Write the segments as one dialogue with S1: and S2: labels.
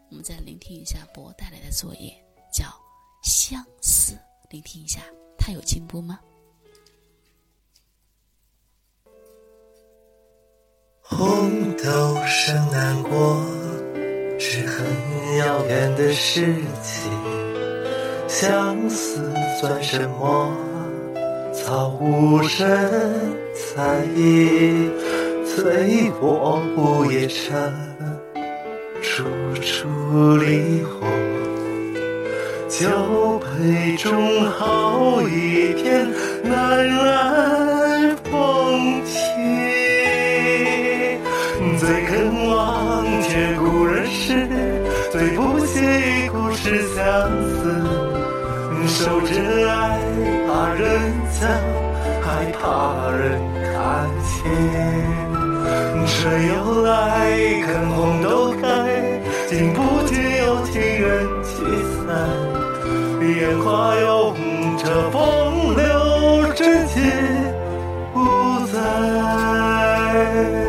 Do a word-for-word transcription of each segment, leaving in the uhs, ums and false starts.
S1: 我们再聆听一下博带来的作业，叫相似，聆听一下，他有进步吗？
S2: 红豆生南国，是很遥远的事情，相思算什么？草无人在意，醉卧午夜沉，处处离火。酒杯中好一片南来风情，最肯忘却故人时，最不屑一顾是相思。守着爱，怕人笑，还怕人看清。春又来，看红豆开，竟不见有情人驱散。烟花拥着风流，真情不在。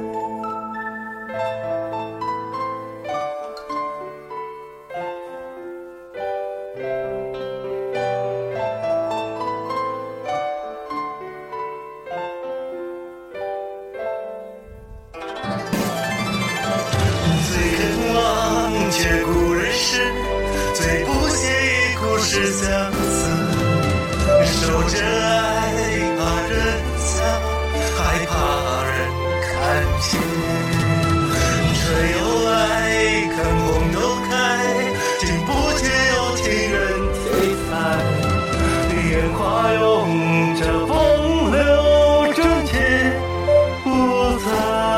S2: 却故人时，最不屑一顾是相思。守着爱，怕人笑，还怕人看清。春又来，看红豆开，竟不见有情人推散。烟花拥着风流，真情不在。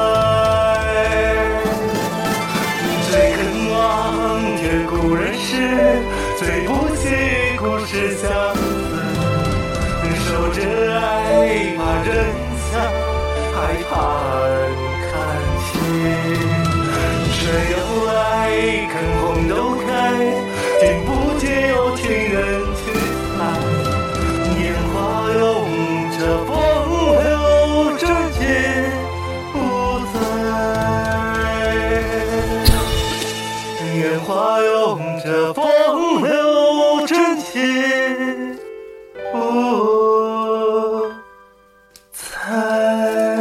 S2: 故人时，最不屑一顾是相思。守着爱，怕人笑，还怕人看清。春又来，看红豆开，竟不见有情人驱散。烟花拥着风流，真情不在。烟花拥着风流，真情不在。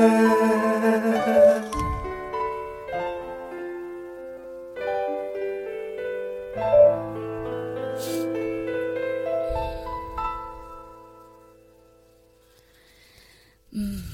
S1: 嗯，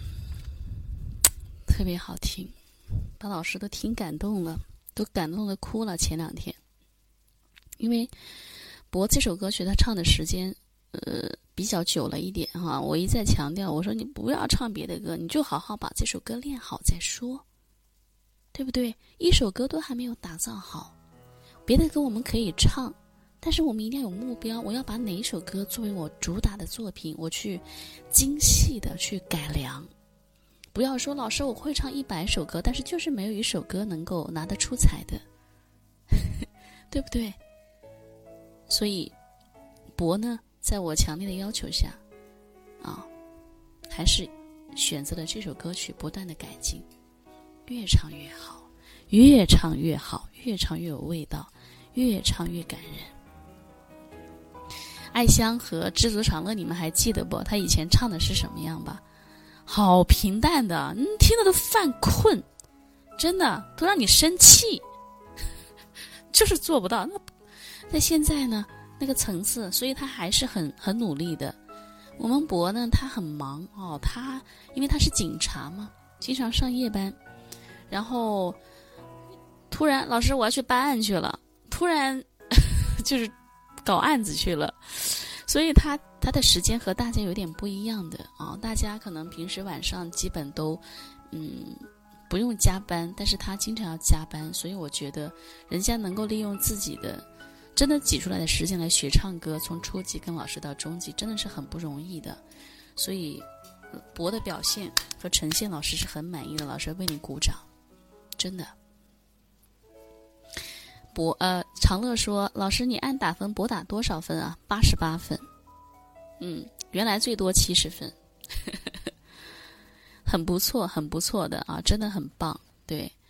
S1: 特别好听，把老师都听感动了。都感动的哭了。前两天，因为博这首歌曲他唱的时间呃比较久了一点哈，我一再强调，我说你不要唱别的歌，你就好好把这首歌练好再说，对不对？一首歌都还没有打造好，别的歌我们可以唱，但是我们一定要有目标，我要把哪一首歌作为我主打的作品，我去精细的去改良。不要说老师我会唱一百首歌，但是就是没有一首歌能够拿得出彩的对不对？所以博呢在我强烈的要求下啊，还是选择了这首歌曲，不断的改进，越唱越好，越唱越好，越唱越有味道，越唱越感人。艾香和知足常乐你们还记得不？他以前唱的是什么样吧？好平淡的，嗯，听了都犯困，真的都让你生气就是做不到。那在现在呢那个层次，所以他还是很很努力的。我们博呢他很忙哦，他因为他是警察嘛，经常上夜班，然后突然老师我要去办案去了，突然就是搞案子去了，所以他他的时间和大家有点不一样的啊。大家可能平时晚上基本都嗯不用加班，但是他经常要加班，所以我觉得人家能够利用自己的真的挤出来的时间来学唱歌，从初级跟老师到中级，真的是很不容易的。所以博的表现和呈现老师是很满意的，老师为你鼓掌，真的。博呃长乐说，老师你按打分博打多少分啊？八十八分。嗯，原来最多七十分很不错很不错的啊，真的很棒。对，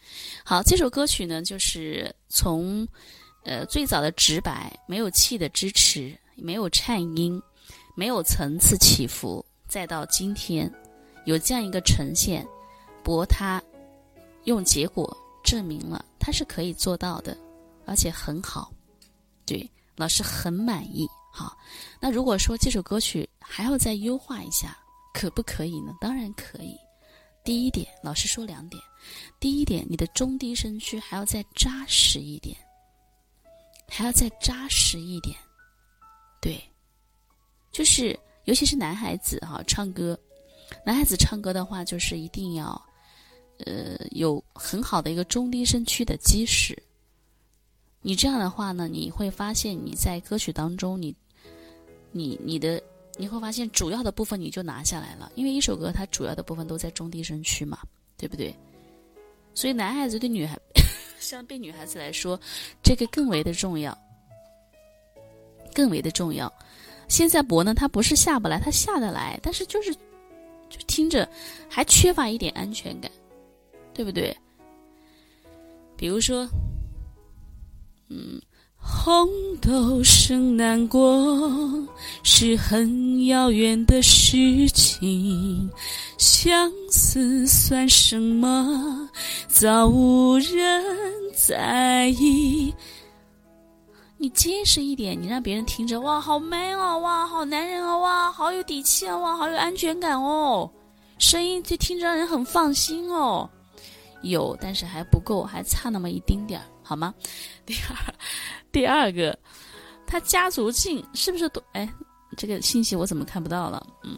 S1: 好，这首歌曲呢，就是从呃最早的直白，没有气的支持，没有颤音，没有层次起伏，再到今天有这样一个呈现，博他用结果证明了他是可以做到的，而且很好，对，老师很满意。好，那如果说这首歌曲还要再优化一下，可不可以呢？当然可以。第一点，老师说两点。第一点，你的中低声区还要再扎实一点，还要再扎实一点。对，就是尤其是男孩子哈，唱歌，男孩子唱歌的话，就是一定要呃有很好的一个中低声区的基石。你这样的话呢，你会发现你在歌曲当中，你你你的你会发现主要的部分你就拿下来了，因为一首歌它主要的部分都在中低声区嘛，对不对？所以男孩子对女孩相比女孩子来说，这个更为的重要，更为的重要。现在博呢，他不是下不来，他下得来，但是就是就听着还缺乏一点安全感，对不对？比如说嗯，红豆生南国是很遥远的事情，相思算什么，早无人在意。你结实一点，你让别人听着，哇，好 man 哦，哇，好男人哦，哇，好有底气哦，哇，好有安全感哦，声音就听着让人很放心哦。有，但是还不够，还差那么一丁点儿，好吗？第二，第二个，他家族镜是不是都？哎，这个信息我怎么看不到了？嗯，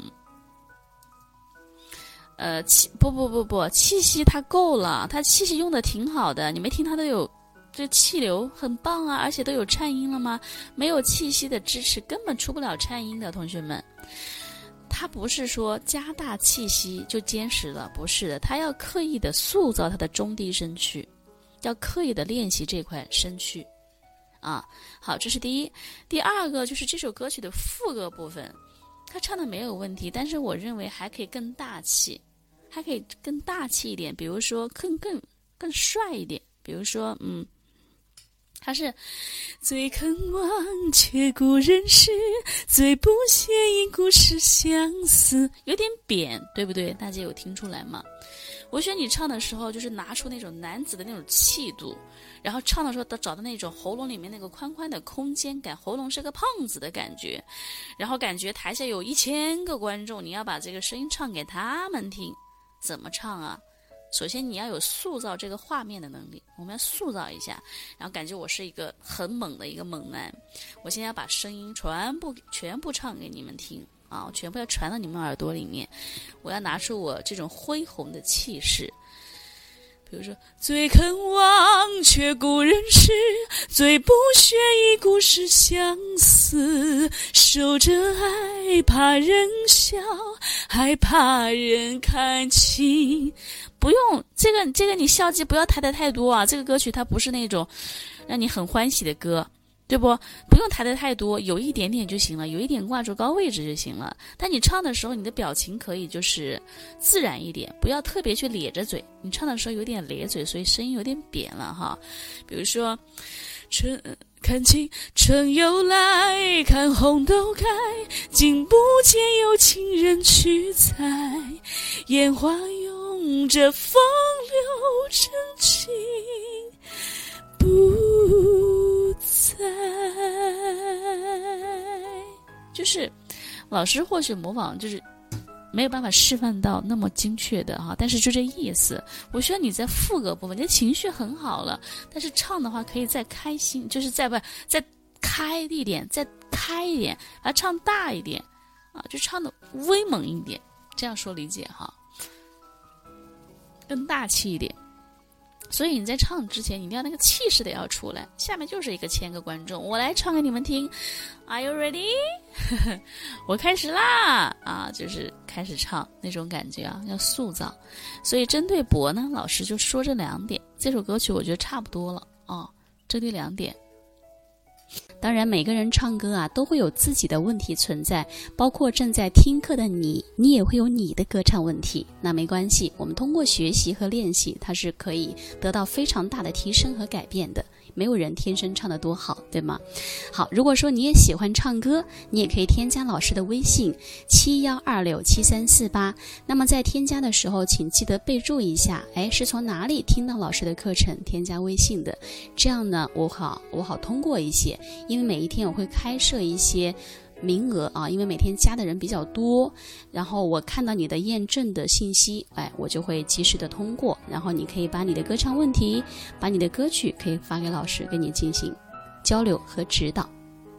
S1: 呃，气不不不不，气息他够了，他气息用的挺好的，你没听他都有这气流很棒啊，而且都有颤音了吗？没有气息的支持，根本出不了颤音的，同学们。他不是说加大气息就坚实了，不是的，他要刻意的塑造他的中低声区，要刻意的练习这块声区啊。好，这是第一。第二个就是这首歌曲的副歌部分，他唱的没有问题，但是我认为还可以更大气，还可以更大气一点，比如说更更更帅一点，比如说嗯。他是最肯忘却故人事，最不屑因故事相思，有点扁，对不对？大家有听出来吗？我选你唱的时候，就是拿出那种男子的那种气度，然后唱的时候找到那种喉咙里面那个宽宽的空间感，喉咙是个胖子的感觉，然后感觉台下有一千个观众，你要把这个声音唱给他们听，怎么唱啊？首先你要有塑造这个画面的能力，我们要塑造一下，然后感觉我是一个很猛的一个猛男，我现在要把声音全部全部唱给你们听啊，我全部要传到你们耳朵里面，我要拿出我这种恢宏的气势。比如说最肯忘却故人事，最不屑与故事相思，守着爱怕人笑，害怕人看清。不用这个这个你笑肌不要抬得太多啊，这个歌曲它不是那种让你很欢喜的歌，对不？不用抬得太多，有一点点就行了，有一点挂住高位置就行了。但你唱的时候，你的表情可以就是自然一点，不要特别去咧着嘴。你唱的时候有点咧嘴，所以声音有点扁了哈。比如说，春看清春又来，看红豆开，竟不见有情人去采，烟花拥着风流真情不在。就是老师或许模仿就是没有办法示范到那么精确的哈，但是就这意思。我需要你在副歌部分，你的情绪很好了，但是唱的话可以再开心，就是再不再开一点，再开一点，把它唱大一点啊，就唱的威猛一点，这样说理解哈，更大气一点。所以你在唱之前，你一定要那个气势得要出来。下面就是一个千个观众，我来唱给你们听。Are you ready？ 我开始啦！啊，就是开始唱那种感觉啊，要塑造。所以针对博呢，老师就说这两点。这首歌曲我觉得差不多了啊，针对两点。 当然每个人唱歌啊都会有自己的问题存在，包括正在听课的你，你也会有你的歌唱问题。那没关系，我们通过学习和练习，它是可以得到非常大的提升和改变的。没有人天生唱得多好，对吗？好，如果说你也喜欢唱歌，你也可以添加老师的微信七一二六七三四八。那么在添加的时候，请记得备注一下，哎，是从哪里听到老师的课程添加微信的？这样呢，我好我好通过一些，因为每一天我会开设一些名额啊，因为每天加的人比较多，然后我看到你的验证的信息，哎，我就会及时的通过，然后你可以把你的歌唱问题，把你的歌曲可以发给老师，跟你进行交流和指导。